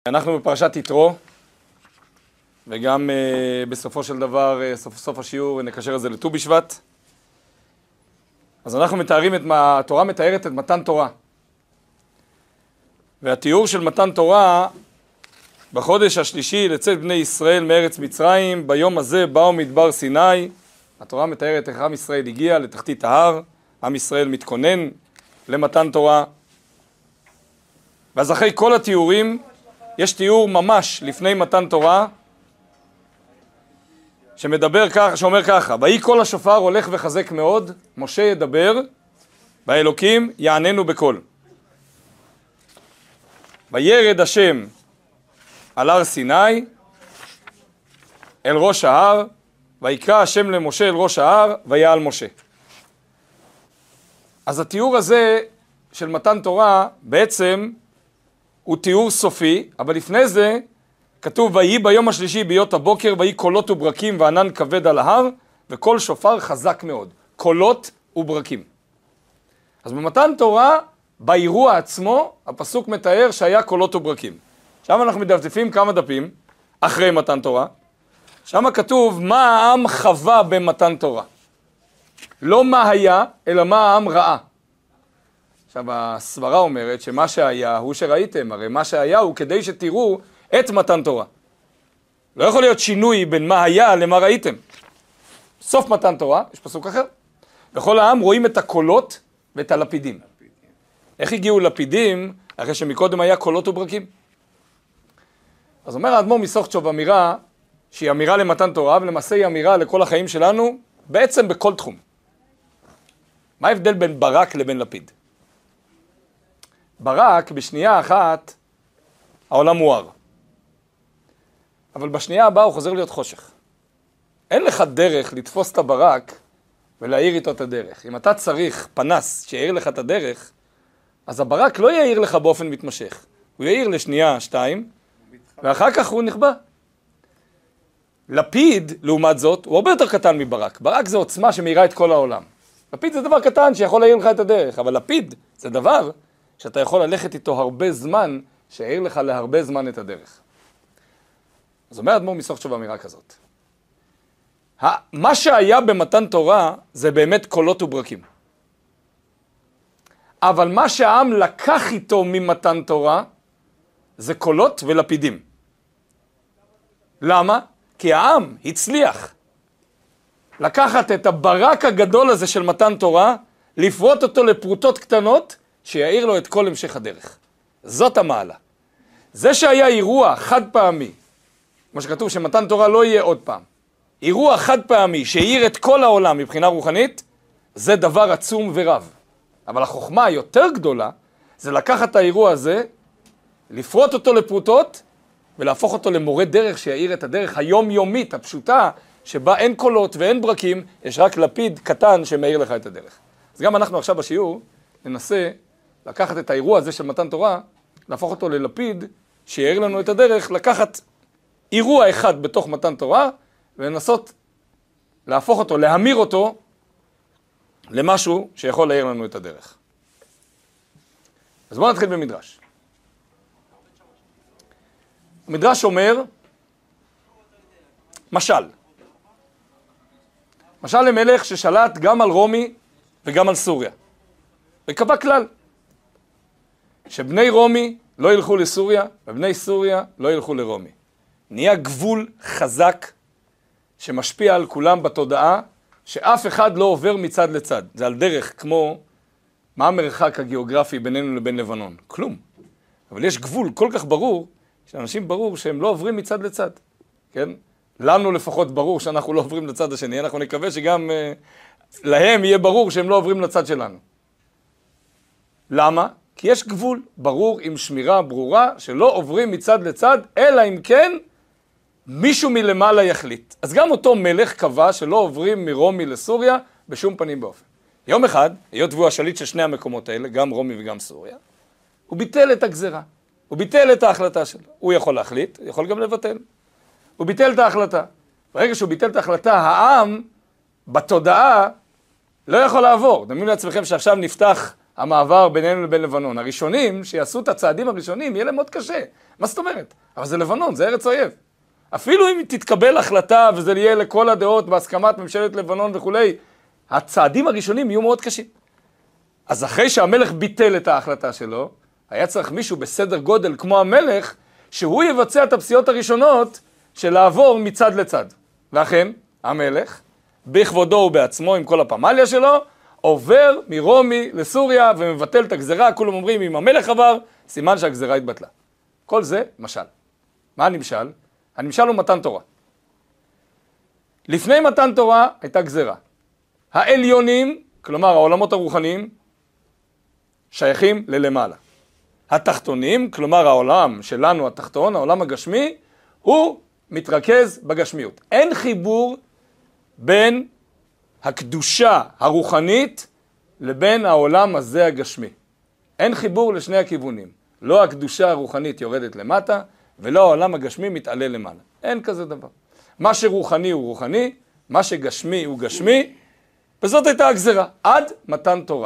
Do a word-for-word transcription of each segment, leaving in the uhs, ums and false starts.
אנחנו בפרשת יתרו, וגם uh, בסופו של דבר, uh, סוף סוף השיעור, נקשר את זה לט"ו בשבט. אז אנחנו מתארים את מה, התורה מתארת את מתן תורה. והתיאור של מתן תורה, בחודש השלישי לצאת בני ישראל מארץ מצרים, ביום הזה באו מדבר סיני. התורה מתארת איך עם ישראל הגיע לתחתית ההר, עם ישראל מתכונן למתן תורה. ואז אחרי כל התיאורים, יש תיאור ממש לפני מתן תורה, שמדבר כך, שאומר ככה: ויהי קול השופר הולך וחזק מאוד, משה ידבר, והאלוקים יעננו בקול. וירד השם על הר סיני, אל ראש ההר, ויקרא השם למשה אל ראש ההר, ויעל משה. אז התיאור הזה של מתן תורה בעצם הוא תיאור סופי, אבל לפני זה כתוב: ויהי ביום השלישי ביות הבוקר, ויהי קולות וברקים וענן כבד על ההר, וקול שופר חזק מאוד. קולות וברקים. אז במתן תורה, באירוע עצמו, הפסוק מתאר שהיה קולות וברקים. שם אנחנו מדפדפים כמה דפים אחרי מתן תורה. שם כתוב מה העם חווה במתן תורה. לא מה היה, אלא מה העם ראה. עכשיו, הסברה אומרת שמה שהיה הוא שראיתם, הרי מה שהיה הוא כדי שתראו את מתן תורה. לא יכול להיות שינוי בין מה היה למה ראיתם. סוף מתן תורה, יש פסוק אחר. וכל העם רואים את הקולות ואת הלפידים. איך הגיעו לפידים אחרי שמקודם היה קולות וברקים? אז אומר האדמו"ר מסוכצ'וב אמירה שהיא אמירה למתן תורה, ולמעשה היא אמירה לכל החיים שלנו, בעצם בכל תחום. מה ההבדל בין ברק לבין לפיד? ברק, בשנייה אחת, העולם מואר. אבל בשנייה הבאה הוא חוזר להיות חושך. אין לך דרך לתפוס את הברק ולהאיר איתו את הדרך. אם אתה צריך פנס שיאיר לך את הדרך, אז הברק לא יאיר לך באופן מתמשך. הוא יאיר לשנייה, שתיים, ואחר כך הוא נכבה. לפיד, לעומת זאת, הוא הרבה יותר קטן מברק. ברק זה עוצמה שמאירה את כל העולם. לפיד זה דבר קטן שיכול להאיר לך את הדרך, אבל לפיד זה דבר שאתה יכול ללכת איתו הרבה זמן, שיאיר לך להרבה זמן את הדרך. אז אומר האדמו"ר מסוכצ'וב אמירה כזאת. מה שהיה במתן תורה זה באמת קולות וברקים. אבל מה שהעם לקח איתו ממתן תורה זה קולות ולפידים. למה? כי העם הצליח לקחת את הברק הגדול הזה של מתן תורה, לפרוט אותו לפרוטות קטנות, שיעיר לו את כל המשך הדרך. זאת המעלה. זה שהיה אירוע חד פעמי, כמו שכתוב שמתן תורה לא יהיה עוד פעם, אירוע חד פעמי שיעיר את כל העולם מבחינה רוחנית, זה דבר עצום ורב. אבל החוכמה היותר גדולה, זה לקחת את האירוע הזה, לפרוט אותו לפרוטות, ולהפוך אותו למורה דרך שיעיר את הדרך היומיומית, הפשוטה, שבה אין קולות ואין ברקים, יש רק לפיד קטן שמאיר לך את הדרך. אז גם אנחנו עכשיו בשיעור ננסה לקחת את האירוע הזה של מתן תורה, להפוך אותו ללפיד שיעיר לנו את הדרך, לקחת אירוע אחד בתוך מתן תורה, ולנסות להפוך אותו, להמיר אותו, למשהו שיכול להעיר לנו את הדרך. אז בואו נתחיל במדרש. המדרש אומר, משל. משל למלך ששלט גם על רומי וגם על סוריה. וקבע כלל, שבני רומי לא ילכו לסוריה, ובני סוריה לא ילכו לרומי. נהיה גבול חזק שמשפיע על כולם בתודעה, שאף אחד לא עובר מצד לצד. זה על דרך כמו, מה המרחק הגיאוגרפי בינינו לבין לבנון? כלום. אבל יש גבול כל כך ברור, שאנשים ברור שהם לא עוברים מצד לצד. כן? לנו לפחות ברור שאנחנו לא עוברים לצד השני. אנחנו נקווה שגם uh, להם יהיה ברור שהם לא עוברים לצד שלנו. למה? כי יש גבול ברור עם שמירה ברורה שלא עוברים מצד לצד, אלא אם כן מישהו מלמעלה יחליט. אז גם אותו מלך קבע שלא עוברים מרומי לסוריה בשום פנים באופן. יום אחד, היות והוא השליט של שני המקומות האלה, גם רומי וגם סוריה, הוא ביטל את הגזרה. הוא ביטל את ההחלטה שלו. הוא יכול להחליט, יכול גם לבטל. הוא ביטל את ההחלטה. ברגע שהוא ביטל את ההחלטה, העם בתודעה לא יכול לעבור. דמיינו לעצמכם שעכשיו נפתח המעבר בינינו לבין לבנון. הראשונים שיעשו את הצעדים הראשונים, יהיה להם מאוד קשה. מה זאת אומרת? אבל זה לבנון, זה ארץ אויב. אפילו אם תתקבל החלטה וזה יהיה לכל הדעות בהסכמת ממשלת לבנון וכולי, הצעדים הראשונים יהיו מאוד קשים. אז אחרי שהמלך ביטל את ההחלטה שלו, היה צריך מישהו בסדר גודל כמו המלך, שהוא יבצע את הפסיעות הראשונות של לעבור מצד לצד. ואכן, המלך, בכבודו ובעצמו עם כל הפמליה שלו, עובר מרומי לסוריה ומבטל את הגזרה. כולם אומרים, אם המלך עבר, סימן שהגזרה התבטלה. כל זה משל. מה הנמשל? הנמשל הוא מתן תורה. לפני מתן תורה הייתה גזרה. העליונים, כלומר העולמות הרוחניים, שייכים ללמעלה. התחתונים, כלומר העולם שלנו התחתון, העולם הגשמי, הוא מתרכז בגשמיות. אין חיבור בין הקדושה הרוחנית לבין העולם הזה הגשמי. אין חיבור לשני הכיוונים. לא הקדושה הרוחנית יורדת למטה, ולא העולם הגשמי מתעלה למעלה. אין כזה דבר. מה שרוחני הוא רוחני, מה שגשמי הוא גשמי, וזאת הייתה הגזרה, עד מתן תורה.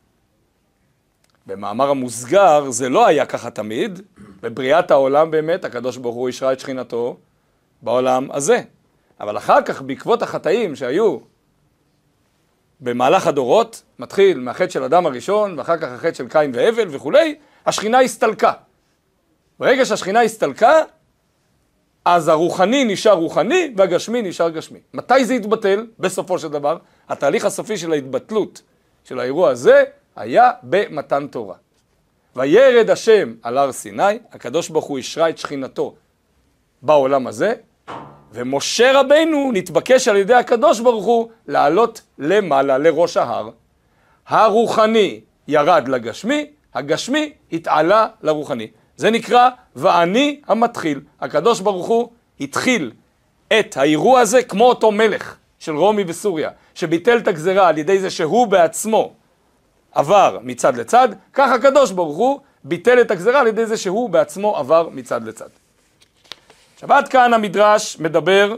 במאמר המוסגר זה לא היה ככה תמיד, בבריאת העולם באמת, הקדוש ברוך הוא ישרה את שכינתו בעולם הזה. אבל אחר כך, בעקבות החטאים שהיו במהלך הדורות, מתחיל מהחטא של אדם הראשון, ואחר כך החטא של קין והבל וכולי, השכינה הסתלקה. ברגע שהשכינה הסתלקה, אז הרוחני נשאר רוחני, והגשמי נשאר גשמי. מתי זה התבטל? בסופו של דבר, התהליך הסופי של ההתבטלות של האירוע הזה, היה במתן תורה. וירד השם על הר סיני, הקדוש ברוך הוא ישרה את שכינתו בעולם הזה, ומשה רבינו נתבקש על ידי הקדוש ברוך הוא לעלות למעלה, לראש ההר. הרוחני ירד לגשמי, הגשמי התעלה לרוחני. זה נקרא ואני המתחיל. הקדוש ברוך הוא התחיל את האירוע הזה כמו אותו מלך של רומי בסוריה, שביטל את הגזרה על ידי זה שהוא בעצמו עבר מצד לצד, כך הקדוש ברוך הוא ביטל את הגזרה על ידי זה שהוא בעצמו עבר מצד לצד. עכשיו עד כאן המדרש מדבר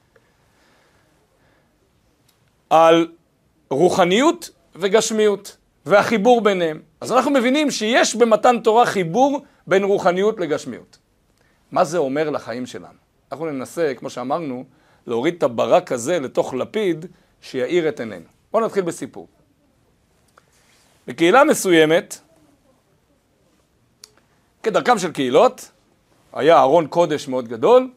על רוחניות וגשמיות והחיבור ביניהם. אז אנחנו מבינים שיש במתן תורה חיבור בין רוחניות לגשמיות. מה זה אומר לחיים שלנו? אנחנו ננסה, כמו שאמרנו, להוריד את הברק הזה לתוך לפיד שיאיר את עינינו. בואו נתחיל בסיפור. בקהילה מסוימת, כדרכם של קהילות, היה ארון קודש מאוד גדול,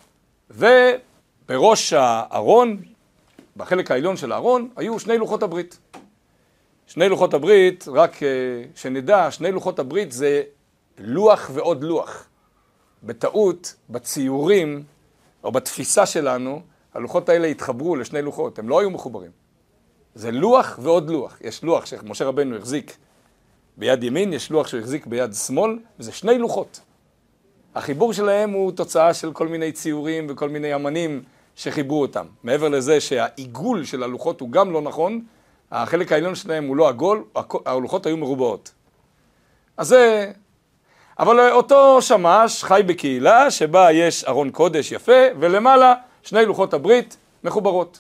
ובראש הארון, בחלק העליון של הארון, היו שני לוחות הברית. שני לוחות הברית, רק שנדע, שני לוחות הברית זה לוח ועוד לוח. בטעות, בציורים, או בתפיסה שלנו, הלוחות האלה התחברו לשני לוחות, הם לא היו מחוברים. זה לוח ועוד לוח. יש לוח שמשה רבנו החזיק ביד ימין, יש לוח שהוא החזיק ביד שמאל, וזה שני לוחות. החיבור שלהם הוא תוצאה של כל מיני ציורים וכל מיני אמנים שחיברו אותם. מעבר לזה שהעיגול של הלוחות הוא גם לא נכון, החלק העליון שלהם הוא לא עגול, הלוחות היו מרובעות. אז זה... אבל אותו שמש חי בקהילה שבה יש ארון קודש יפה, ולמעלה שני לוחות הברית מחוברות.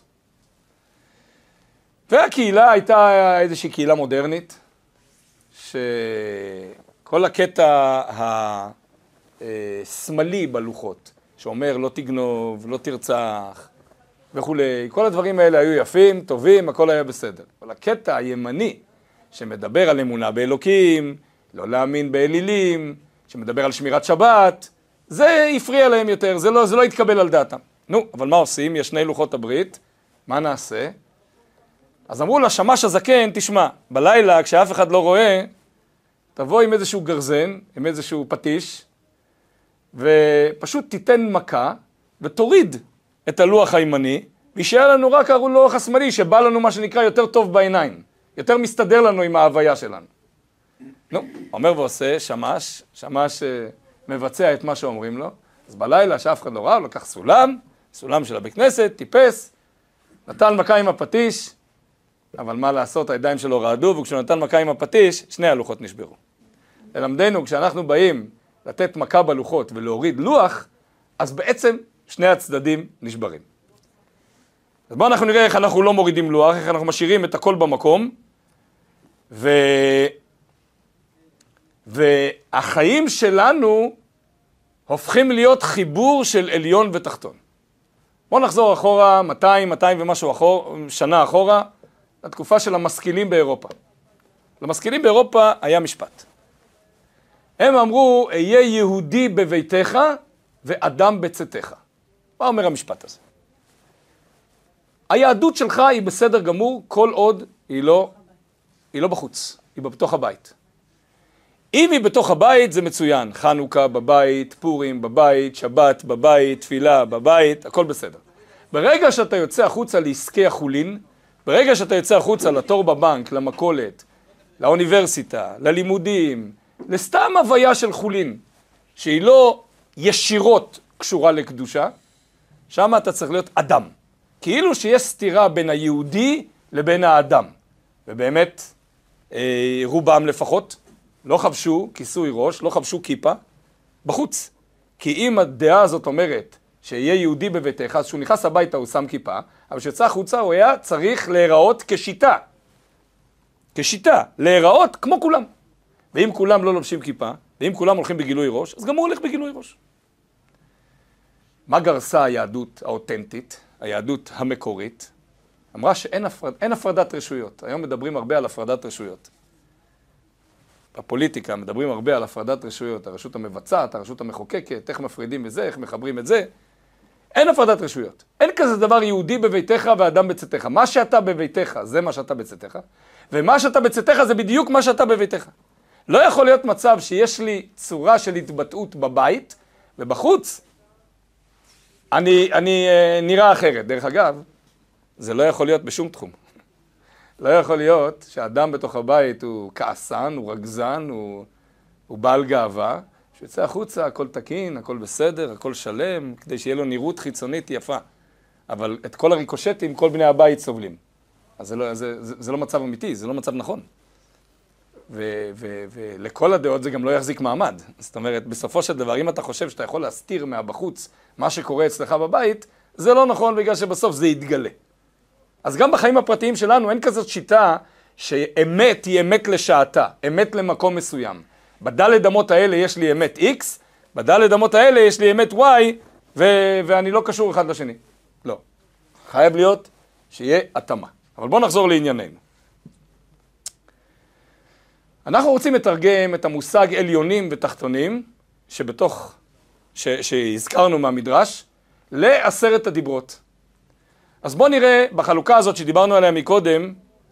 והקהילה הייתה איזושהי קהילה מודרנית, שכל הקטע השמאלי בלוחות, שאומר לא תגנוב, לא תרצח וכולי, כל הדברים האלה היו יפים, טובים, הכל היה בסדר. אבל הקטע הימני, שמדבר על אמונה באלוקים, לא להאמין באלילים, שמדבר על שמירת שבת, זה הפריע להם יותר, זה לא, זה לא התקבל על דעתם. נו, אבל מה עושים? יש שני לוחות הברית, מה נעשה? אז אמרו לשמש הזקן, תשמע, בלילה כשאף אחד לא רואה, תבוא עם איזשהו גרזן, עם איזשהו פטיש, ופשוט תיתן מכה, ותוריד את הלוח הימני, וישאר לנו רק הלוח השמאלי, שבא לנו מה שנקרא יותר טוב בעיניים, יותר מסתדר לנו עם ההוויה שלנו. נו, אומר ועושה, שמש, שמש מבצע את מה שאומרים לו, אז בלילה שאף אחד לא ראה, הוא לקח סולם, סולם של הבית כנסת, טיפס, נתן מכה עם הפטיש, אבל מה לעשות, הידיים שלו רעדו, וכשהוא נתן מכה עם הפטיש, שני הלוחות נשברו. ללמדנו, כשאנחנו באים לתת מכה בלוחות ולהוריד לוח, אז בעצם שני הצדדים נשברים. אז בואו אנחנו נראה איך אנחנו לא מורידים לוח, איך אנחנו משאירים את הכל במקום, ו... והחיים שלנו הופכים להיות חיבור של עליון ותחתון. בואו נחזור אחורה, מאתיים, מאתיים ומשהו אחור, שנה אחורה, לתקופה של המשכילים באירופה. למשכילים באירופה היה משפט. הם אמרו, אהיה יהודי בביתך ואדם בצאתך. מה אומר המשפט הזה? היהדות שלך היא בסדר גמור, כל עוד היא לא, היא לא בחוץ, היא בתוך הבית. אם היא בתוך הבית זה מצוין, חנוכה בבית, פורים בבית, שבת בבית, תפילה בבית, הכל בסדר. ברגע שאתה יוצא החוצה לעסקי החולין, ברגע שאתה יוצא החוצה לתור בבנק, למכולת, לאוניברסיטה, ללימודים, לסתם הוויה של חולין, שהיא לא ישירות קשורה לקדושה, שם אתה צריך להיות אדם. כאילו שיש סתירה בין היהודי לבין האדם. ובאמת, אה, רובם לפחות, לא חבשו כיסוי ראש, לא חבשו כיפה, בחוץ. כי אם הדעה הזאת אומרת שיהיה יהודי בביתך, אז כשהוא נכנס הביתה הוא שם כיפה, אבל כשיצא החוצה הוא היה צריך להיראות כשיטה. כשיטה, להיראות כמו כולם. ואם כולם לא לובשים כיפה, ואם כולם הולכים בגילוי ראש, אז גם הוא הולך בגילוי ראש. מה גרסה היהדות האותנטית, היהדות המקורית? אמרה שאין הפרד, אין הפרדת רשויות. היום מדברים הרבה על הפרדת רשויות. בפוליטיקה מדברים הרבה על הפרדת רשויות, הרשות המבצעת, הרשות המחוקקת, איך מפרידים את זה, איך מחברים את זה. אין הפרדת רשויות. אין כזה דבר יהודי בביתך ואדם בצאתך. מה שאתה בביתך זה מה שאתה בצאתך, ומה שאתה בצאתך זה בדיוק מה שאתה בביתך. לא יכול להיות מצב שיש לי צורה של התבטאות בבית, ובחוץ אני, אני אה, נראה אחרת. דרך אגב, זה לא יכול להיות בשום תחום. לא יכול להיות שאדם בתוך הבית הוא כעסן, הוא רגזן, הוא, הוא בעל גאווה, שיוצא החוצה, הכל תקין, הכל בסדר, הכל שלם, כדי שיהיה לו נראות חיצונית יפה. אבל את כל הריקושטים, כל בני הבית סובלים. אז זה לא, זה, זה, זה לא מצב אמיתי, זה לא מצב נכון. ו, ו, ולכל הדעות זה גם לא יחזיק מעמד. זאת אומרת, בסופו של דבר, אם אתה חושב שאתה יכול להסתיר מהבחוץ מה שקורה אצלך בבית, זה לא נכון בגלל שבסוף זה יתגלה. אז גם בחיים הפרטיים שלנו אין כזאת שיטה שאמת היא אמת לשעתה, אמת למקום מסוים. בדלת אמות האלה יש לי אמת X, בדלת אמות האלה יש לי אמת Y, ו- ואני לא קשור אחד לשני. לא. חייב להיות שיהיה התאמה. אבל בואו נחזור לענייננו. אנחנו רוצים לתרגם את המושג עליונים ותחתונים, שבתוך, ש- שהזכרנו מהמדרש, לעשרת הדיברות. אז בואו נראה בחלוקה הזאת שדיברנו עליה מקודם,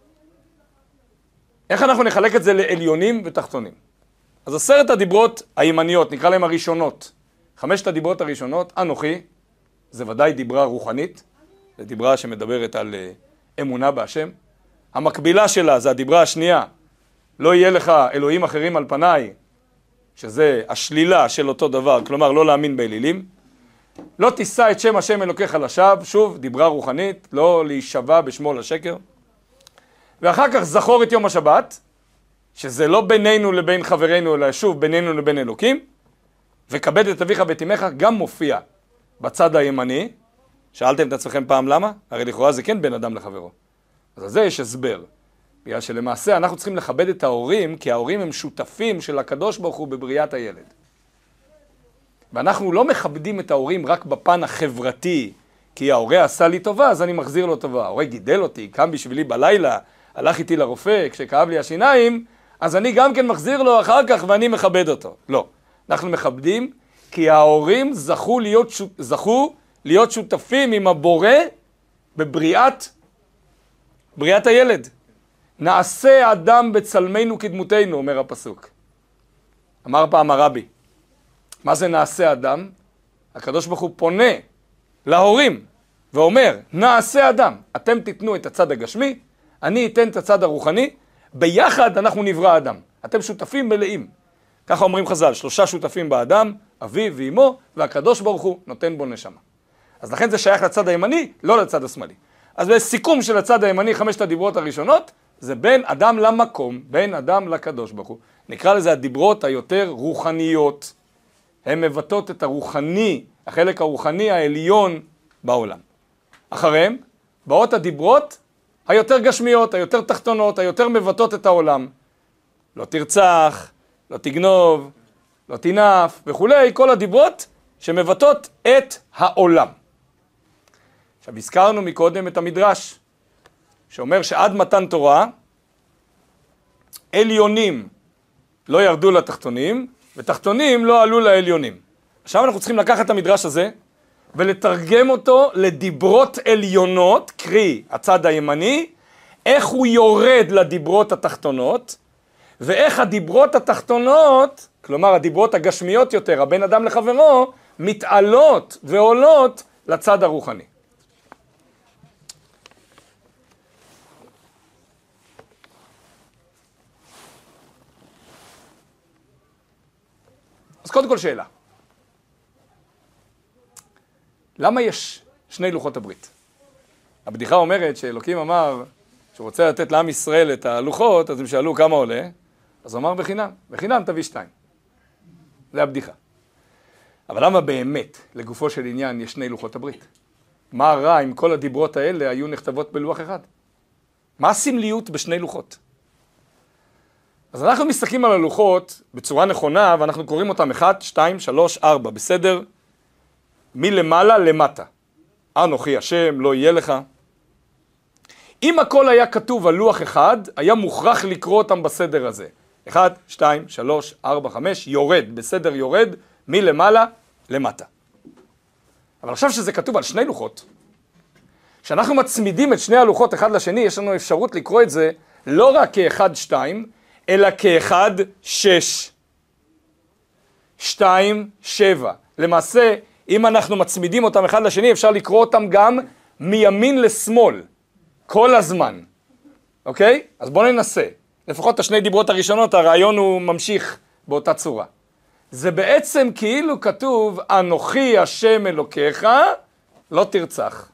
איך אנחנו נחלק את זה לעליונים ותחתונים. אז עשרת הדיברות הימניות, נקרא להם הראשונות, חמשת הדיברות הראשונות, אנוכי, זה ודאי דיברה רוחנית, זה דיברה שמדברת על אמונה בהשם. המקבילה שלה זה הדיברה השנייה, לא יהיה לך אלוהים אחרים על פניי, שזה השלילה של אותו דבר, כלומר לא להאמין באלילים. לא תישא את שם השם אלוקיך לשווא, שוב, דיברה רוחנית, לא להישבע בשמו לשקר. ואחר כך זכור את יום השבת, שזה לא בינינו לבין חברינו, אלא שוב בינינו לבין אלוקים, וכבד את אביך ואת אמך, גם מופיע בצד הימני. שאלתם את עצמכם פעם למה? הרי לכאורה זה כן בין אדם לחברו. אז על זה יש הסבר. בגלל שלמעשה אנחנו צריכים לכבד את ההורים, כי ההורים הם שותפים של הקדוש ברוך הוא בבריאת הילד. ואנחנו לא מכבדים את ההורים רק בפן החברתי, כי ההורה עשה לי טובה, אז אני מחזיר לו טובה. ההורה גידל אותי, קם בשבילי בלילה, הלך איתי לרופא, כשכאב לי השיניים, אז אני גם כן מחזיר לו אחר כך ואני מכבד אותו. לא. אנחנו מכבדים כי ההורים זכו להיות, זכו להיות שותפים עם הבורא בבריאת, בריאת הילד. נעשה אדם בצלמנו כדמותנו, אומר הפסוק. אמר פעם הרבי. מה זה נעשה אדם? הקדוש ברוך הוא פונה להורים ואומר, נעשה אדם. אתם תיתנו את הצד הגשמי, אני אתן את הצד הרוחני, ביחד אנחנו נברא אדם. אתם שותפים מלאים. ככה אומרים חז"ל, שלושה שותפים באדם, אביו ואמו, והקדוש ברוך הוא נותן בו נשמה. אז לכן זה שייך לצד הימני, לא לצד השמאלי. אז בסיכום של הצד הימני, חמשת הדיברות הראשונות, זה בין אדם למקום, בין אדם לקדוש ברוך הוא. נקרא לזה הדיברות היותר רוחניות. הן מבטאות את הרוחני, החלק הרוחני העליון בעולם. אחריהם, באות הדיברות היותר גשמיות, היותר תחתונות, היותר מבטאות את העולם. לא תרצח, לא תגנוב, לא תינף וכולי, כל הדיברות שמבטאות את העולם. עכשיו, הזכרנו מקודם את המדרש, שאומר שעד מתן תורה, עליונים לא ירדו לתחתונים, ותחתונים לא עלו לעליונים. עכשיו אנחנו צריכים לקחת את המדרש הזה, ולתרגם אותו לדיברות עליונות, קרי הצד הימני, איך הוא יורד לדיברות התחתונות, ואיך הדיברות התחתונות, כלומר הדיברות הגשמיות יותר, הבן אדם לחברו, מתעלות ועולות לצד הרוחני. אז קודם כל שאלה. למה יש שני לוחות הברית? הבדיחה אומרת שאלוקים אמר שהוא רוצה לתת לעם ישראל את הלוחות, אז הם שאלו כמה עולה, אז הוא אמר בחינם, בחינם תביא שתיים. זה הבדיחה. אבל למה באמת, לגופו של עניין, יש שני לוחות הברית? מה רע אם כל הדיברות האלה היו נכתבות בלוח אחד? מה הסמליות בשני לוחות? אז אנחנו מסתכלים על הלוחות בצורה נכונה, ואנחנו קוראים אותם אחת, שתיים, שלוש, ארבע, בסדר? מלמעלה למטה. אנוכי השם, לא יהיה לך. אם הכל היה כתוב על לוח אחד, היה מוכרח לקרוא אותם בסדר הזה. אחת, שתיים, שלוש, ארבע, חמש, יורד, בסדר יורד, מלמעלה למטה. אבל עכשיו שזה כתוב על שני לוחות, כשאנחנו מצמידים את שני הלוחות אחד לשני, יש לנו אפשרות לקרוא את זה לא רק כאחד, שתיים, אלא כאחד, שש. שתיים, שבע. למעשה, אם אנחנו מצמידים אותם אחד לשני, אפשר לקרוא אותם גם מימין לשמאל, כל הזמן. אוקיי? אז בואו ננסה. לפחות את השני דיברות הראשונות, הרעיון הוא ממשיך באותה צורה. זה בעצם כאילו כתוב, אנוכי השם אלוקיך, לא תרצח.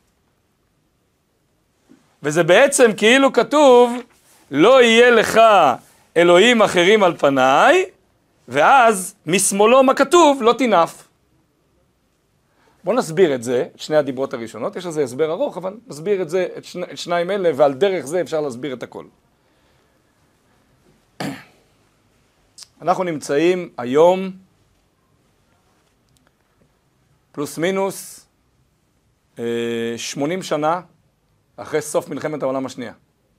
וזה בעצם כאילו כתוב, לא יהיה לך אלוהים אחרים על פניי, ואז משמאלו מה כתוב, לא תינף. בואו נסביר את זה, את שני הדיברות הראשונות, יש לזה הסבר ארוך, אבל נסביר את זה, את, שני, את שניים אלה, ועל דרך זה אפשר להסביר את הכל. אנחנו נמצאים היום, פלוס מינוס, שמונים שנה אחרי סוף מלחמת העולם השנייה.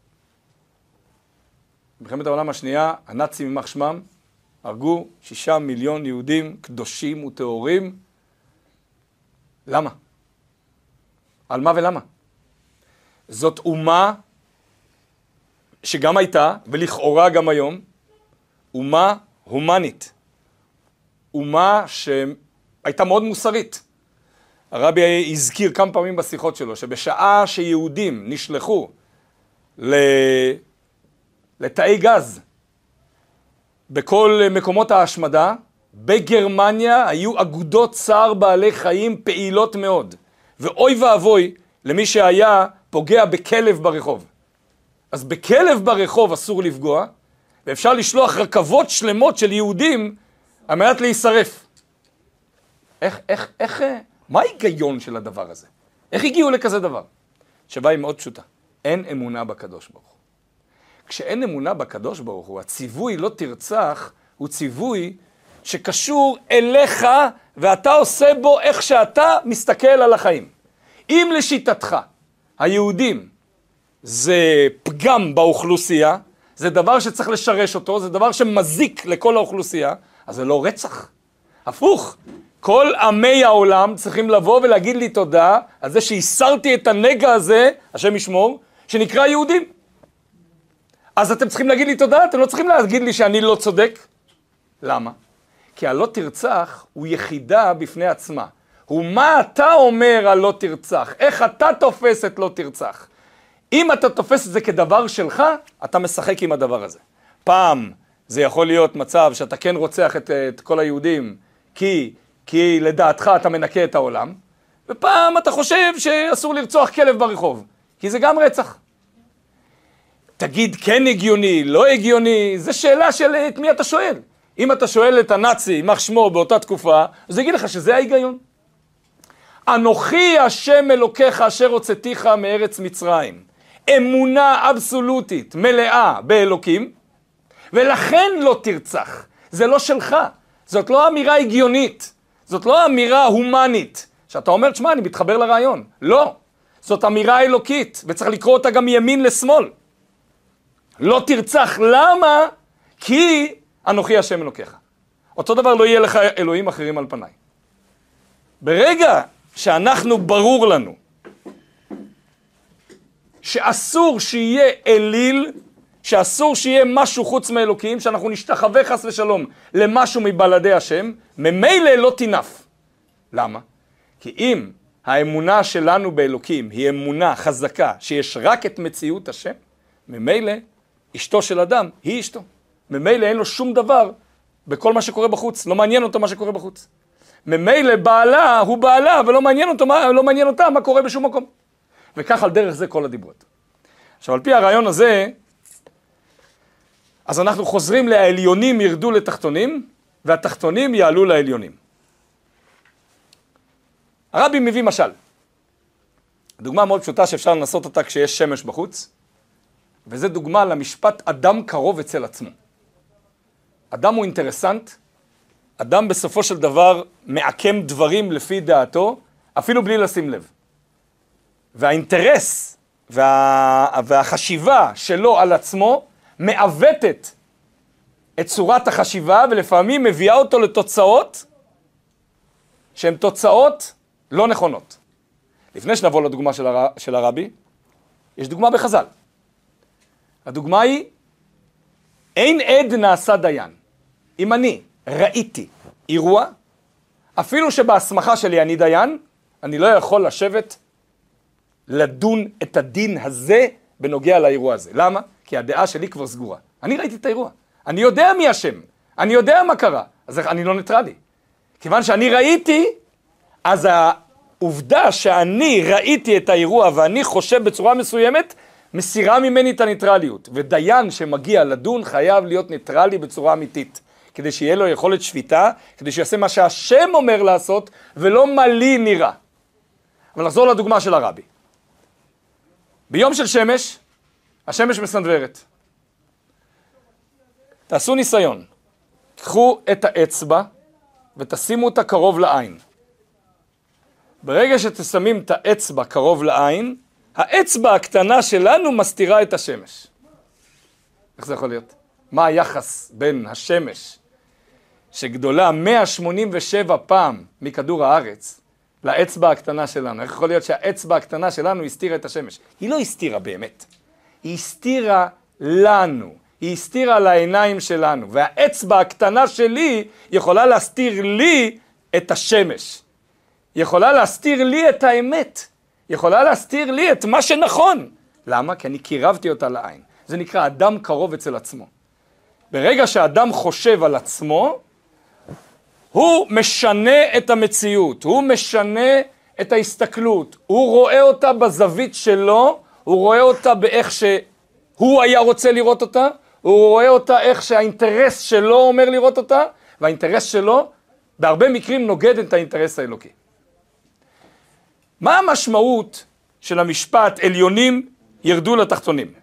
במלחמת העולם השנייה, הנאצים יימח שמם, הרגו שישה מיליון יהודים קדושים וטהורים. למה? על מה ולמה? זאת אומה שגם הייתה, ולכאורה גם היום, אומה הומנית. אומה שהייתה מאוד מוסרית. הרבי הזכיר כמה פעמים בשיחות שלו, שבשעה שיהודים נשלחו לתאי גז בכל מקומות ההשמדה, בגרמניה היו אגודות צער בעלי חיים פעילות מאוד. ואוי ואבוי למי שהיה פוגע בכלב ברחוב. אז בכלב ברחוב אסור לפגוע, ואפשר לשלוח רכבות שלמות של יהודים על מנת להישרף. איך, איך, איך, מה ההיגיון של הדבר הזה? איך הגיעו לכזה דבר? התשובה היא מאוד פשוטה. אין אמונה בקדוש ברוך הוא. כשאין אמונה בקדוש ברוך הוא, הציווי לא תרצח, הוא ציווי שקשור אליך, ואתה עושה בו איך שאתה מסתכל על החיים. אם לשיטתך, היהודים, זה פגם באוכלוסייה, זה דבר שצריך לשרש אותו, זה דבר שמזיק לכל האוכלוסייה, אז זה לא רצח. הפוך, כל עמי העולם צריכים לבוא ולהגיד לי תודה על זה שהסרתי את הנגע הזה, השם ישמור, שנקרא יהודים. אז אתם צריכים להגיד לי תודה, אתם לא צריכים להגיד לי שאני לא צודק. למה? כי הלא תרצח הוא יחידה בפני עצמה. הוא מה אתה אומר על לא תרצח, איך אתה תופס את לא תרצח. אם אתה תופס את זה כדבר שלך, אתה משחק עם הדבר הזה. פעם זה יכול להיות מצב שאתה כן רוצח את, את כל היהודים, כי, כי לדעתך אתה מנקה את העולם, ופעם אתה חושב שאסור לרצוח כלב ברחוב, כי זה גם רצח. תגיד כן הגיוני, לא הגיוני, זה שאלה של את מי אתה שואל. אם אתה שואל את הנאצי, יימח שמו באותה תקופה, אז יגיד לך שזה ההיגיון. אנוכי השם אלוקיך אשר הוצאתיך מארץ מצרים. אמונה אבסולוטית, מלאה באלוקים, ולכן לא תרצח. זה לא שלך. זאת לא אמירה הגיונית. זאת לא אמירה הומנית. שאתה אומר, תשמע, אני מתחבר לרעיון. לא. זאת אמירה אלוקית, וצריך לקרוא אותה גם מימין לשמאל. לא תרצח. למה? כי אנוכי השם אלוקיך. אותו דבר לא יהיה לך אלוהים אחרים על פניי. ברגע שאנחנו ברור לנו שאסור שיהיה אליל, שאסור שיהיה משהו חוץ מאלוקים, שאנחנו נשתחווה חס ושלום למשהו מבלעדי השם, ממילא לא תינף. למה? כי אם האמונה שלנו באלוקים היא אמונה חזקה שיש רק את מציאות השם, ממילא אשתו של אדם היא אשתו. ממילא אין לו שום דבר בכל מה שקורה בחוץ, לא מעניין אותו מה שקורה בחוץ. ממילא בעלה הוא בעלה, ולא מעניין אותו, לא מעניין אותה מה קורה בשום מקום. וכך על דרך זה כל הדיברות. עכשיו, על פי הרעיון הזה, אז אנחנו חוזרים לעליונים ירדו לתחתונים, והתחתונים יעלו לעליונים. הרבי מביא משל. דוגמה מאוד פשוטה שאפשר לנסות אותה כשיש שמש בחוץ, וזה דוגמה למשפט אדם קרוב אצל עצמו. אדם הוא אינטרסנט, אדם בסופו של דבר מעקם דברים לפי דעתו, אפילו בלי לשים לב. והאינטרס וה... והחשיבה שלו על עצמו מעוותת את צורת החשיבה, ולפעמים מביאה אותו לתוצאות שהן תוצאות לא נכונות. לפני שנבוא לדוגמה של, הר... של הרבי, יש דוגמה בחז"ל. הדוגמה היא, אין עד נעשה דיין. אם אני ראיתי אירוע, אפילו שבהסמכה שלי אני דיין, אני לא יכול לשבת לדון את הדין הזה בנוגע לאירוע הזה. למה? כי הדעה שלי כבר סגורה. אני ראיתי את האירוע. אני יודע מי השם. אני יודע מה קרה. אז אני לא ניטרלי. כיוון שאני ראיתי, אז העובדה שאני ראיתי את האירוע ואני חושב בצורה מסוימת, מסירה ממני את הניטרליות. ודיין שמגיע לדון חייב להיות ניטרלי בצורה אמיתית. כדי שיהיה לו יכולת שפיטה, כדי שיעשה מה שהשם אומר לעשות, ולא מה לי נראה. אבל נחזור לדוגמה של הרבי. ביום של שמש, השמש מסנדברת. תעשו ניסיון. תקחו את האצבע ותשימו אותה קרוב לעין. ברגע שתשמים את האצבע קרוב לעין, האצבע הקטנה שלנו מסתירה את השמש. איך זה יכול להיות? מה היחס בין השמש, שגדולה מאה שמונים ושבע פעם מכדור הארץ, לאצבע הקטנה שלנו? איך יכול להיות שהאצבע הקטנה שלנו הסתירה את השמש? היא לא הסתירה באמת. היא הסתירה לנו. היא הסתירה לעיניים שלנו. והאצבע הקטנה שלי יכולה להסתיר לי את השמש. יכולה להסתיר לי את האמת. יכולה להסתיר לי את מה שנכון. למה? כי אני קירבתי אותה לעין. זה נקרא אדם קרוב אצל עצמו. ברגע שאדם חושב על עצמו, הוא משנה את המציאות, הוא משנה את ההסתכלות, הוא רואה אותה בזווית שלו, הוא רואה אותה באיך שהוא היה רוצה לראות אותה, הוא רואה אותה איך שהאינטרס שלו אומר לראות אותה, והאינטרס שלו בהרבה מקרים נוגד את האינטרס האלוקי. מה המשמעות של המשפט עליונים ירדו לתחתונים?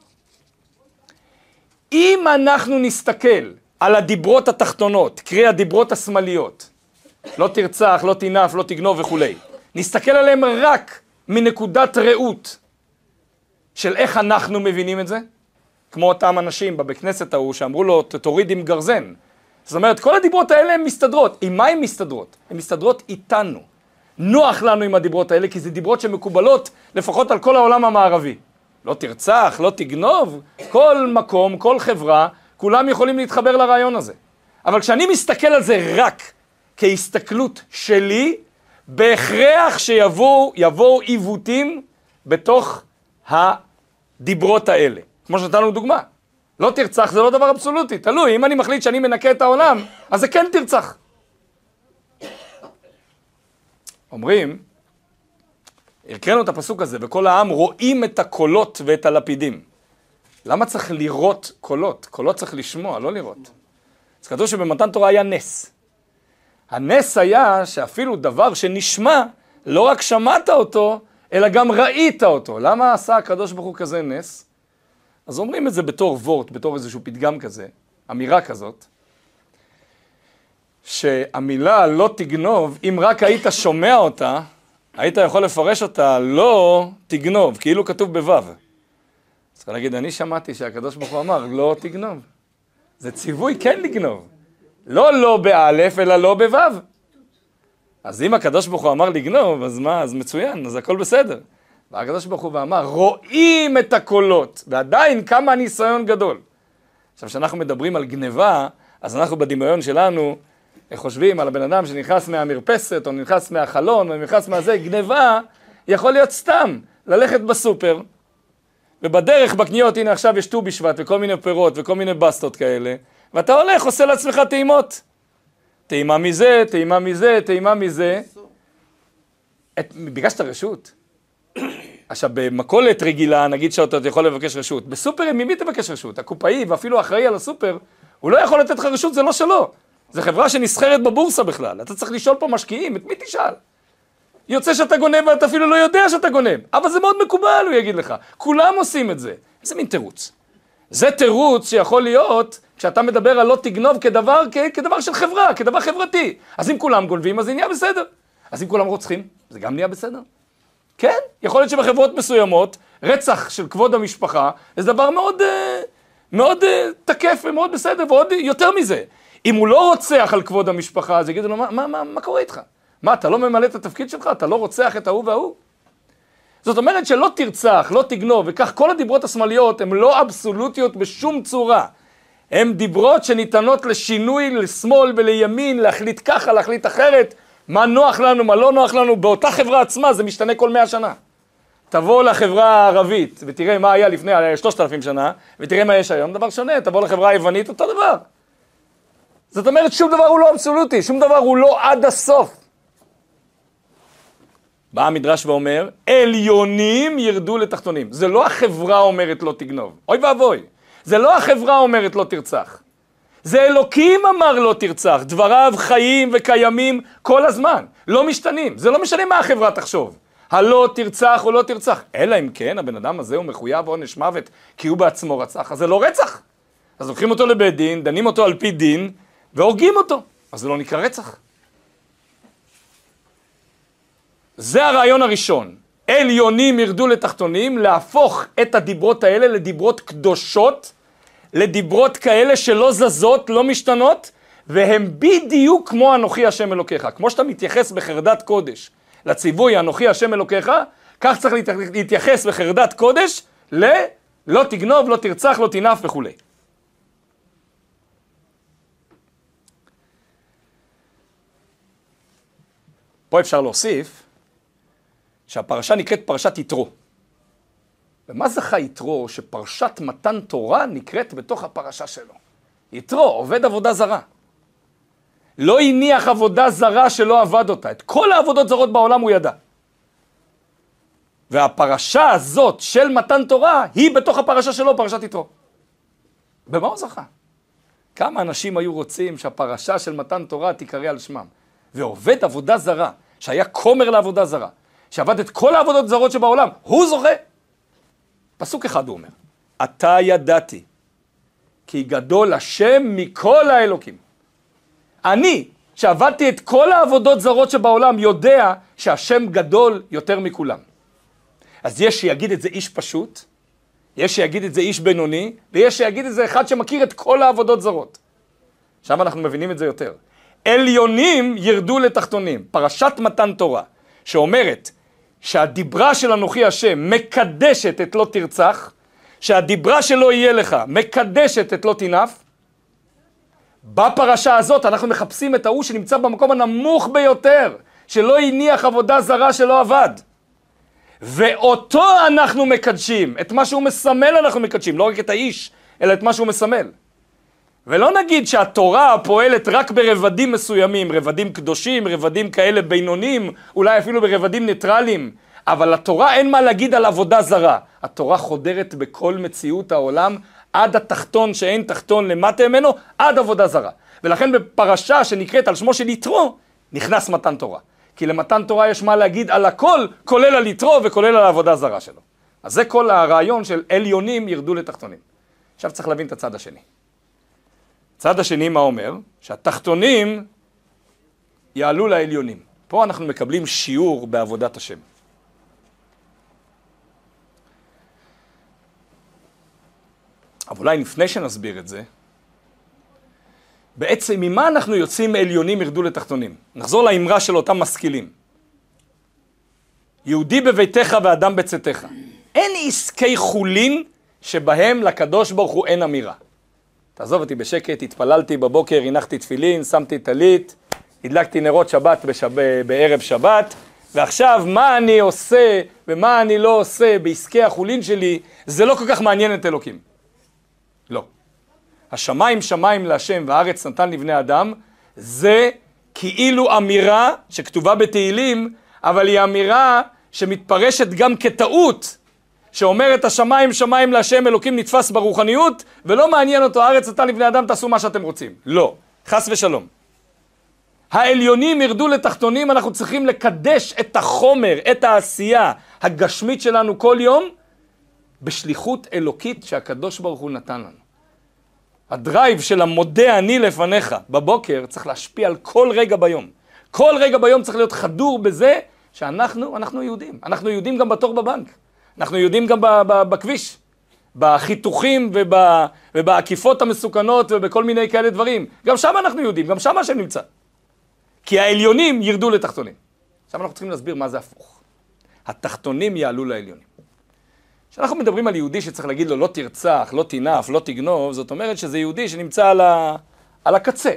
אם אנחנו נסתכל על הדיברות התחתונות, קרי הדיברות השמאליות, לא תרצח, לא תינף, לא תגנוב וכו', נסתכל עליהם רק מנקודת ראות של איך אנחנו מבינים את זה, כמו אותם אנשים בבית כנסת ההוא שאמרו לו תוריד עם גרזן. זאת אומרת, כל הדיברות האלה הן מסתדרות. עם מה הן מסתדרות? הן מסתדרות איתנו. נוח לנו עם הדיברות האלה, כי זה דיברות שמקובלות לפחות על כל העולם המערבי. לא תרצח, לא תגנוב, כל מקום, כל חברה, כולם יכולים להתחבר לרעיון הזה. אבל כשאני מסתכל על זה רק כהסתכלות שלי, בהכרח שיבואו יבואו עיוותים בתוך הדיברות האלה. כמו שנתנו דוגמה. לא תרצח זה לא דבר אבסולוטי, תלוי, אם אני מחליט שאני מנקה את העולם, אז זה כן תרצח. אומרים, הקראנו את הפסוק הזה, וכל העם רואים את הקולות ואת הלפידים. למה צריך לראות קולות? קולות צריך לשמוע, לא לראות. אז כתוב שבמתן תורה היה נס. הנס היה שאפילו דבר שנשמע, לא רק שמעת אותו, אלא גם ראית אותו. למה עשה הקדוש ברוך הוא כזה נס? אז אומרים את זה בתור וורט, בתור איזשהו פתגם כזה, אמירה כזאת, שהמילה לא תגנוב, אם רק היית שומע אותה, היית יכול לפרש אותה לא תגנוב, כאילו כתוב בוו. צריך להגיד, אני שמעתי שהקדוש ברוך הוא אמר, לא תגנוב. זה ציווי כן לגנוב. לא לא באלף, אלא לא בוו. אז אם הקדוש ברוך הוא אמר לגנוב, אז מה? אז מצוין, אז הכל בסדר. והקדוש ברוך הוא אמר, רואים את הקולות, ועדיין כמה ניסיון גדול. עכשיו, כשאנחנו מדברים על גניבה, אז אנחנו בדמיון שלנו חושבים על הבן אדם שנכנס מהמרפסת, או נכנס מהחלון, או נכנס מהזה, גניבה יכול להיות סתם, ללכת בסופר, ובדרך בקניות, הנה עכשיו יש ט"ו בשבט, וכל מיני פירות, וכל מיני בסטות כאלה, ואתה הולך, עושה לעצמך טעימות. טעימה מזה, טעימה מזה, טעימה מזה. את, ביקשת רשות. עכשיו, במכולת רגילה, נגיד שאתה יכול לבקש רשות. בסופרים, ממי תבקש רשות? הקופאי, ואפילו האחראי על הסופר, הוא לא יכול לתת לך רשות, זה לא שלו. זה חברה שנסחרת בבורסה בכלל. אתה צריך לשאול פה משקיעים, את מי תשאל? יוצא שאתה גונב ואתה אפילו לא יודע שאתה גונב. אבל זה מאוד מקובל, הוא יגיד לך. כולם עושים את זה. איזה מין תירוץ? זה תירוץ שיכול להיות, כשאתה מדבר על לא תגנוב כדבר, כדבר של חברה, כדבר חברתי. אז אם כולם גונבים, אז זה נהיה בסדר. אז אם כולם רוצחים, זה גם נהיה בסדר. כן, יכול להיות שבחברות מסוימות, רצח של כבוד המשפחה, זה דבר מאוד, מאוד תקף ומאוד בסדר, ועוד יותר מזה. אם הוא לא רוצח על כבוד המשפחה, אז יגידו לו, מה, מה, מה, מה קורה איתך? מה, אתה לא ממלא את התפקיד שלך? אתה לא רוצח את ההוא וההוא? זאת אומרת שלא תרצח, לא תגנוב, וכך כל הדיברות השמאליות הן לא אבסולוטיות בשום צורה. הן דיברות שניתנות לשינוי, לשמאל ולימין, להחליט ככה, להחליט אחרת, מה נוח לנו, מה לא נוח לנו, באותה חברה עצמה זה משתנה כל מאה שנה. תבוא לחברה הערבית ותראה מה היה לפני שלושת אלפים שנה, ותראה מה יש היום, דבר שונה, תבוא לחברה היוונית, אותו דבר. זאת אומרת, שום דבר הוא לא אבסולוטי, שום דבר הוא לא עד הסוף. בא המדרש ואומר, עליונים ירדו לתחתונים. זה לא החברה אומרת לא תגנוב. אוי ואבוי. זה לא החברה אומרת לא תרצח. זה אלוקים אמר לא תרצח. דבריו חיים וקיימים כל הזמן. לא משתנים. זה לא משנה מה החברה תחשוב. הלא תרצח או לא תרצח. אלא אם כן, הבן אדם הזה הוא מחויב עונש מוות, כי הוא בעצמו רצח. אז זה לא רצח. אז לוקחים אותו לבית דין, דנים אותו על פי דין, והורגים אותו. אז זה לא נקרא רצח. זה הרעיון הראשון. עליונים ירדו לתחתונים, להפוך את הדיברות האלה לדיברות קדושות, לדיברות כאלה שלא זזות, לא משתנות, והם בדיוק כמו אנוכי השם אלוקיך. כמו שאתה מתייחס בחרדת קודש לציווי אנוכי השם אלוקיך, כך צריך להתייחס בחרדת קודש ללא תגנוב, לא תרצח, לא תנף וכו'. פה אפשר להוסיף שהפרשה נקראת פרשת יתרו. ומה זכה יתרו שפרשת מתן תורה נקראת בתוך הפרשה שלו? יתרו, עובד עבודה זרה. לא הניח עבודה זרה שלא עבד אותה. את כל העבודות זרות בעולם הוא ידע. והפרשה הזאת של מתן תורה היא בתוך הפרשה שלו, פרשת יתרו. במה הוא זכה? כמה אנשים היו רוצים שהפרשה של מתן תורה תיקרא על שמם. ועובד עבודה זרה, שהיה כומר לעבודה זרה, שעבד את כל העבודות זרות שבעולם, הוא זוכה. פסוק אחד הוא אומר, אתה ידעתי, כי גדול השם מכל האלוקים. אני, שעבדתי את כל העבודות זרות שבעולם, יודע שהשם גדול יותר מכולם. אז יש שיגיד את זה איש פשוט, יש שיגיד את זה איש בינוני, ויש שיגיד את זה אחד שמכיר את כל העבודות זרות. עכשיו אנחנו מבינים את זה יותר. עליונים ירדו לתחתונים, פרשת מתן תורה, שאומרת שהדיברה של אנוכי השם מקדשת את לא תרצח, שהדיברה שלא יהיה לך מקדשת את לא תנף. בפרשה הזאת אנחנו מחפשים את ההוא שנמצא במקום הנמוך ביותר, שלא הניח עבודה זרה שלא עבד. ואותו אנחנו מקדשים, את מה שהוא מסמל אנחנו מקדשים, לא רק את האיש, אלא את מה שהוא מסמל. ולא נגיד שהתורה פועלת רק ברבדים מסוימים, רבדים קדושים, רבדים כאלה בינונים, אולי אפילו ברבדים ניטרליים, אבל לתורה אין מה להגיד על עבודה זרה. התורה חודרת בכל מציאות העולם, עד התחתון שאין תחתון למטה ממנו, עד עבודה זרה. ולכן בפרשה שנקראת על שמו של יתרו, נכנס מתן תורה. כי למתן תורה יש מה להגיד על הכל, כולל על יתרו וכולל על העבודה זרה שלו. אז זה כל הרעיון של עליונים ירדו לתחתונים. עכשיו צריך להבין את הצד השני. הצד השני מה אומר? שהתחתונים יעלו לעליונים. פה אנחנו מקבלים שיעור בעבודת השם. אבל אולי לפני שנסביר את זה, בעצם ממה אנחנו יוצאים עליונים ירדו לתחתונים? נחזור לאמרה של אותם משכילים. יהודי בביתך ואדם בצאתך. אין עסקי חולין שבהם לקדוש ברוך הוא אין אמירה. תעזוב אותי בשקט, התפללתי בבוקר, הנחתי תפילין, שמתי טלית, הדלקתי נרות שבת בשב... בערב שבת, ועכשיו מה אני עושה ומה אני לא עושה בעסקי החולין שלי, זה לא כל כך מעניין את אלוקים. לא. השמיים שמיים להשם והארץ נתן לבני אדם, זה כאילו אמירה שכתובה בתהילים, אבל היא אמירה שמתפרשת גם כטעות, שאומרת השמיים שמיים להשם אלוקים נתפס ברוחניות, ולא מעניין אותו הארץ נתן לבני אדם תעשו מה שאתם רוצים. לא, חס ושלום. העליונים ירדו לתחתונים, אנחנו צריכים לקדש את החומר, את העשייה הגשמית שלנו כל יום, בשליחות אלוקית שהקדוש ברוך הוא נתן לנו. הדרייב של המודה אני לפניך בבוקר צריך להשפיע על כל רגע ביום. כל רגע ביום צריך להיות חדור בזה שאנחנו, אנחנו יהודים. אנחנו יהודים גם בתור בבנק. אנחנו יהודים גם בכביש. בחיתוכים ובעקיפות המסוכנות ובכל מיני כאלה דברים. גם שם אנחנו יהודים, גם שם השם נמצא. כי העליונים ירדו לתחתונים. עכשיו אנחנו צריכים להסביר מה זה הפוך. התחתונים יעלו לעליונים. כשאנחנו מדברים על יהודי שצריך להגיד לו לא תרצח, לא תינף, לא תגנוב, זאת אומרת שזה יהודי שנמצא על, ה... על הקצה.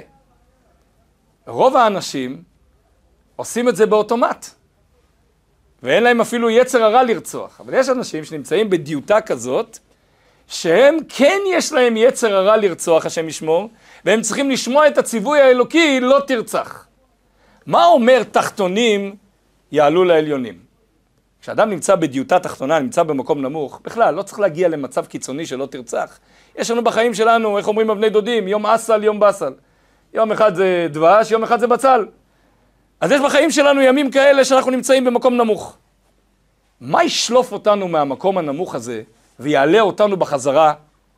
רוב האנשים עושים את זה באוטומט. ואין להם אפילו יצר הרע לרצוח. אבל יש אנשים שנמצאים בדיוטה כזאת, שהם כן יש להם יצר הרע לרצוח, השם ישמור, והם צריכים לשמוע את הציווי האלוקי, לא תרצח. מה אומר תחתונים יעלו לעליונים? כשאדם נמצא בדיוטה תחתונה, נמצא במקום נמוך, בכלל לא צריך להגיע למצב קיצוני שלא תרצח. יש לנו בחיים שלנו, איך אומרים הבני דודים, יום אסל, יום בסל. יום אחד זה דבש, יום אחד זה בצל. אז יש בחיים שלנו ימים כאלה שאנחנו נמצאים במקום נמוך. מה ישלוף אותנו מהמקום הנמוך הזה, ויעלה אותנו בחזרה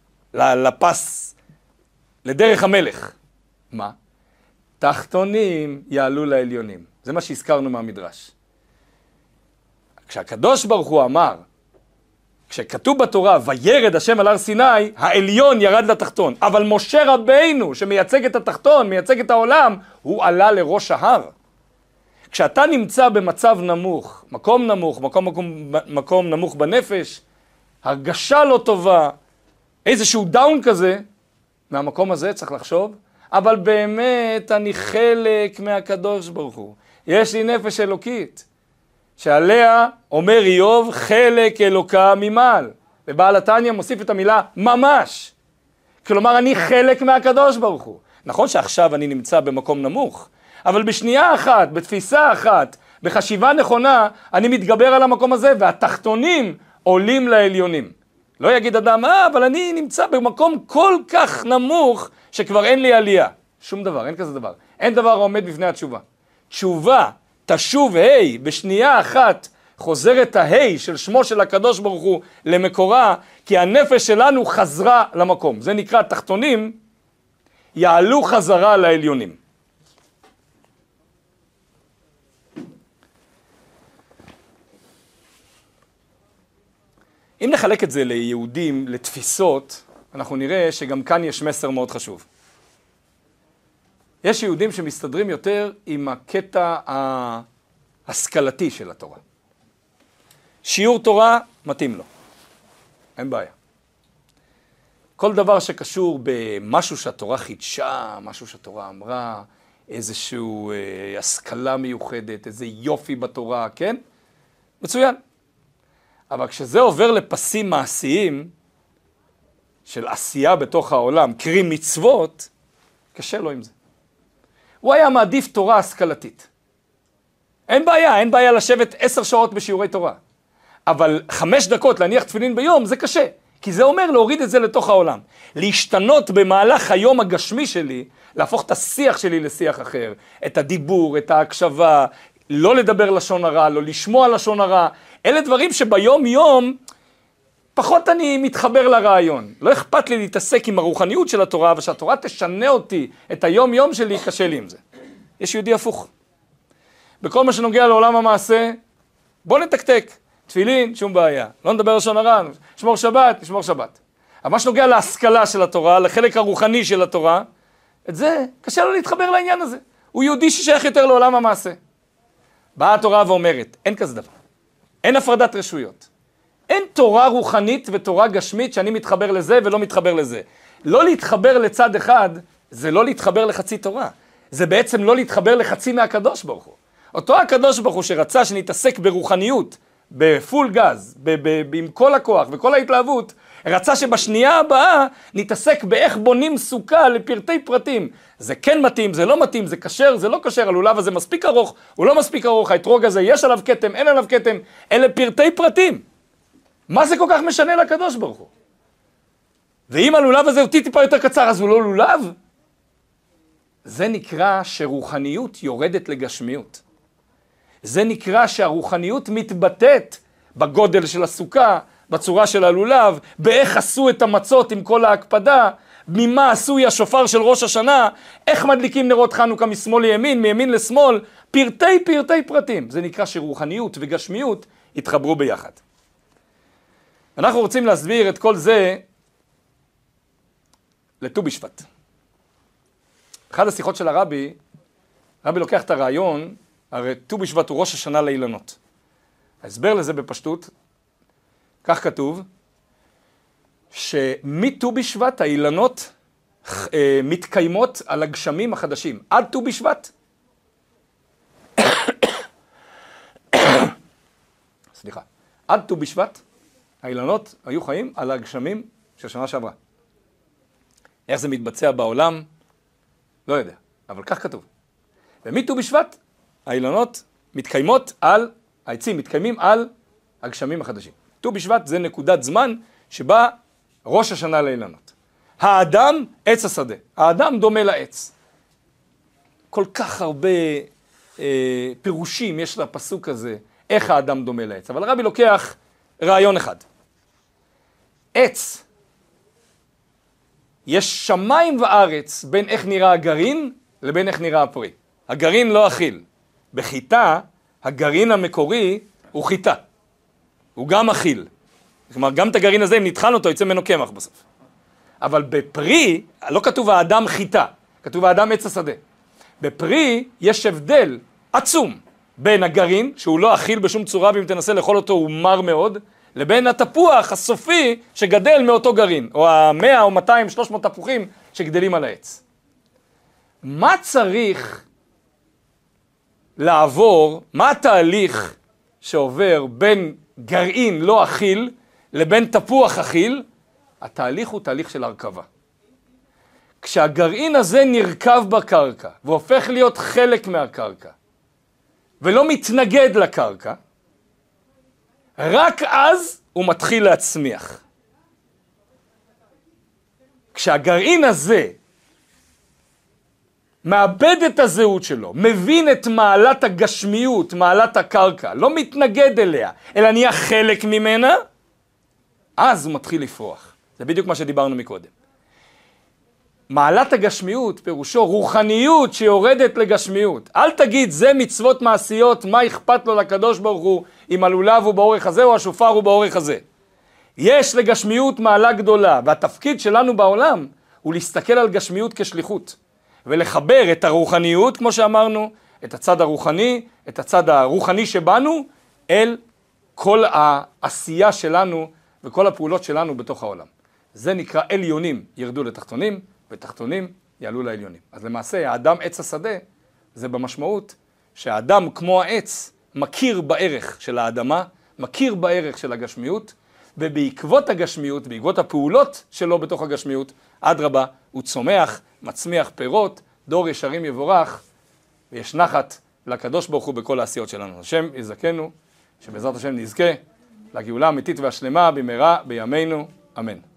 לפס, לדרך המלך? מה? תחתונים יעלו לעליונים. זה מה שהזכרנו מהמדרש. כשהקדוש ברוך הוא אמר, כשכתוב בתורה, וירד השם על הר סיני, העליון ירד לתחתון. אבל משה רבינו, שמייצג את התחתון, מייצג את העולם, הוא עלה לראש ההר. כשאתה נמצא במצב נמוך, מקום נמוך, מקום, מקום, מקום נמוך בנפש, הרגשה לא טובה, איזשהו דאון כזה, מהמקום הזה צריך לחשוב, אבל באמת אני חלק מהקדוש ברוך הוא. יש לי נפש אלוקית. שעליה אומר איוב חלק אלוקה ממעל. ובעל התניא מוסיף את המילה ממש. כלומר אני חלק מהקדוש ברוך הוא. נכון שעכשיו אני נמצא במקום נמוך, אבל בשנייה אחת, בתפיסה אחת, בחשיבה נכונה, אני מתגבר על המקום הזה והתחתונים עולים לעליונים. לא יגיד אדם, אה, אבל אני נמצא במקום כל כך נמוך שכבר אין לי עלייה. שום דבר, אין כזה דבר. אין דבר העומד בפני התשובה. תשובה תשוב היי, בשנייה אחת חוזרת ההי של שמו של הקדוש ברוך הוא למקורה, כי הנפש שלנו חזרה למקום. זה נקרא תחתונים, יעלו חזרה לעליונים. אם נחלק את זה ליהודים, לתפיסות, אנחנו נראה שגם כאן יש מסר מאוד חשוב. יש יהודים שמסתדרים יותר עם הקטע ההשכלתי של התורה. שיעור תורה מתאים לו, אין בעיה. כל דבר שקשור במשהו שהתורה חידשה, משהו שהתורה אמרה, איזשהו אה, השכלה מיוחדת, איזה יופי בתורה, כן? מצוין. אבל כשזה עובר לפסים מעשיים של עשייה בתוך העולם, קרי מצוות, קשה לו עם זה. הוא היה מעדיף תורה השכלתית. אין בעיה, אין בעיה לשבת עשר שעות בשיעורי תורה. אבל חמש דקות להניח תפילין ביום זה קשה. כי זה אומר להוריד את זה לתוך העולם. להשתנות במהלך היום הגשמי שלי, להפוך את השיח שלי לשיח אחר. את הדיבור, את ההקשבה, לא לדבר לשון הרע, לא לשמוע לשון הרע. אלה דברים שביום יום פחות אני מתחבר לרעיון. לא אכפת לי להתעסק עם הרוחניות של התורה, אבל שהתורה תשנה אותי, את היום יום שלי, קשה לי עם זה. יש יהודי הפוך. בכל מה שנוגע לעולם המעשה, בוא נתקתק. תפילין, שום בעיה. לא נדבר לשון הרע, נשמור שבת, נשמור שבת. אבל מה שנוגע להשכלה של התורה, לחלק הרוחני של התורה, את זה קשה לו להתחבר לעניין הזה. הוא יהודי ששייך יותר לעולם המעשה. באה התורה ואומרת, אין כזה דבר. אין הפרדת רשויות. אין תורה רוחנית ותורה גשמית שאני מתחבר לזה ולא מתחבר לזה. לא להתחבר לצד אחד, זה לא להתחבר לחצי תורה. זה בעצם לא להתחבר לחצי מהקדוש ברוך הוא. אותו הקדוש ברוך הוא שרצה שנתעסק ברוחניות, בפול גז, ב- ב- עם כל הכוח וכל ההתלהבות, רצה שבשנייה הבאה נתעסק באיך בונים סוכה לפרטי פרטים. זה כן מתאים, זה לא מתאים, זה כשר, זה לא כשר, הלולב הזה מספיק ארוך, הוא לא מספיק ארוך, האתרוג הזה יש עליו כתם, אין עליו כתם, אלה פרטי פרטים. מה זה כל כך משנה לקדוש ברוך הוא? ואם הלולב הזה הוא טיפה יותר קצר, אז הוא לא לולב? זה נקרא שרוחניות יורדת לגשמיות. זה נקרא שהרוחניות מתבטאת בגודל של הסוכה, בצורה של הלולב, באיך עשו את המצות עם כל ההקפדה, ממה עשוי השופר של ראש השנה, איך מדליקים נרות חנוכה משמאל לימין, מימין לשמאל, פרטי פרטי פרטים. זה נקרא שרוחניות וגשמיות התחברו ביחד. אנחנו רוצים להסביר את כל זה לט"ו בשבט. אחת השיחות של הרבי, הרבי לוקח את הרעיון, הרי ט"ו בשבט הוא ראש השנה לאילנות. ההסבר לזה בפשטות, כך כתוב, שמט"ו בשבט האילנות אה, מתקיימות על הגשמים החדשים. עד ט"ו בשבט, סליחה, עד ט"ו בשבט, האילנות היו חיים על הגשמים של שנה שעברה. איך זה מתבצע בעולם? לא יודע, אבל כך כתוב. ומט"ו בשבט, האילנות מתקיימות על, העצים מתקיימים על הגשמים החדשים. ט"ו בשבט זה נקודת זמן שבה ראש השנה לאילנות. האדם עץ השדה. האדם דומה לעץ. כל כך הרבה אה, פירושים יש לפסוק הזה, איך האדם דומה לעץ. אבל הרבי לוקח רעיון אחד. עץ, יש שמיים וארץ בין איך נראה הגרעין לבין איך נראה הפרי. הגרעין לא אכיל. בחיטה, הגרעין המקורי הוא חיטה. הוא גם אכיל. כלומר, גם את הגרעין הזה, אם נטחן אותו, יצא ממנו קמח בסוף. אבל בפרי, לא כתוב האדם חיטה, כתוב האדם עץ השדה. בפרי יש הבדל עצום בין הגרעין, שהוא לא אכיל בשום צורה, ואם תנסה לאכול אותו הוא מר מאוד, לבין התפוח הסופי שגדל מאותו גרעין, או המאה או מאתיים, שלוש מאות תפוחים שגדלים על העץ. מה צריך לעבור, מה התהליך שעובר בין גרעין לא אכיל לבין תפוח אכיל? התהליך הוא תהליך של הרכבה. כשהגרעין הזה נרכב בקרקע והופך להיות חלק מהקרקע ולא מתנגד לקרקע, רק אז הוא מתחיל להצמיח. כשהגרעין הזה מאבד את הזהות שלו, מבין את מעלת הגשמיות, מעלת הקרקע, לא מתנגד אליה, אלא נהיה חלק ממנה, אז הוא מתחיל לפרוח. זה בדיוק מה שדיברנו מקודם. מעלת הגשמיות פירושו רוחניות שיורדת לגשמיות. אל תגיד זה מצוות מעשיות, מה אכפת לו לקדוש ברוך הוא אם הלולב הוא באורך הזה או השופר הוא באורך הזה. יש לגשמיות מעלה גדולה, והתפקיד שלנו בעולם הוא להסתכל על גשמיות כשליחות. ולחבר את הרוחניות, כמו שאמרנו, את הצד הרוחני, את הצד הרוחני שבנו, אל כל העשייה שלנו וכל הפעולות שלנו בתוך העולם. זה נקרא עליונים ירדו לתחתונים, ותחתונים יעלו לעליונים. אז למעשה, האדם עץ השדה, זה במשמעות שהאדם כמו העץ מכיר בערך של האדמה, מכיר בערך של הגשמיות, ובעקבות הגשמיות, בעקבות הפעולות שלו בתוך הגשמיות, עד רבה, הוא צומח, מצמיח פירות, דור ישרים יבורך, ויש נחת לקדוש ברוך הוא בכל העשיות שלנו. השם יזכנו, שבעזרת השם נזכה לגאולה האמיתית והשלמה במהרה בימינו, אמן.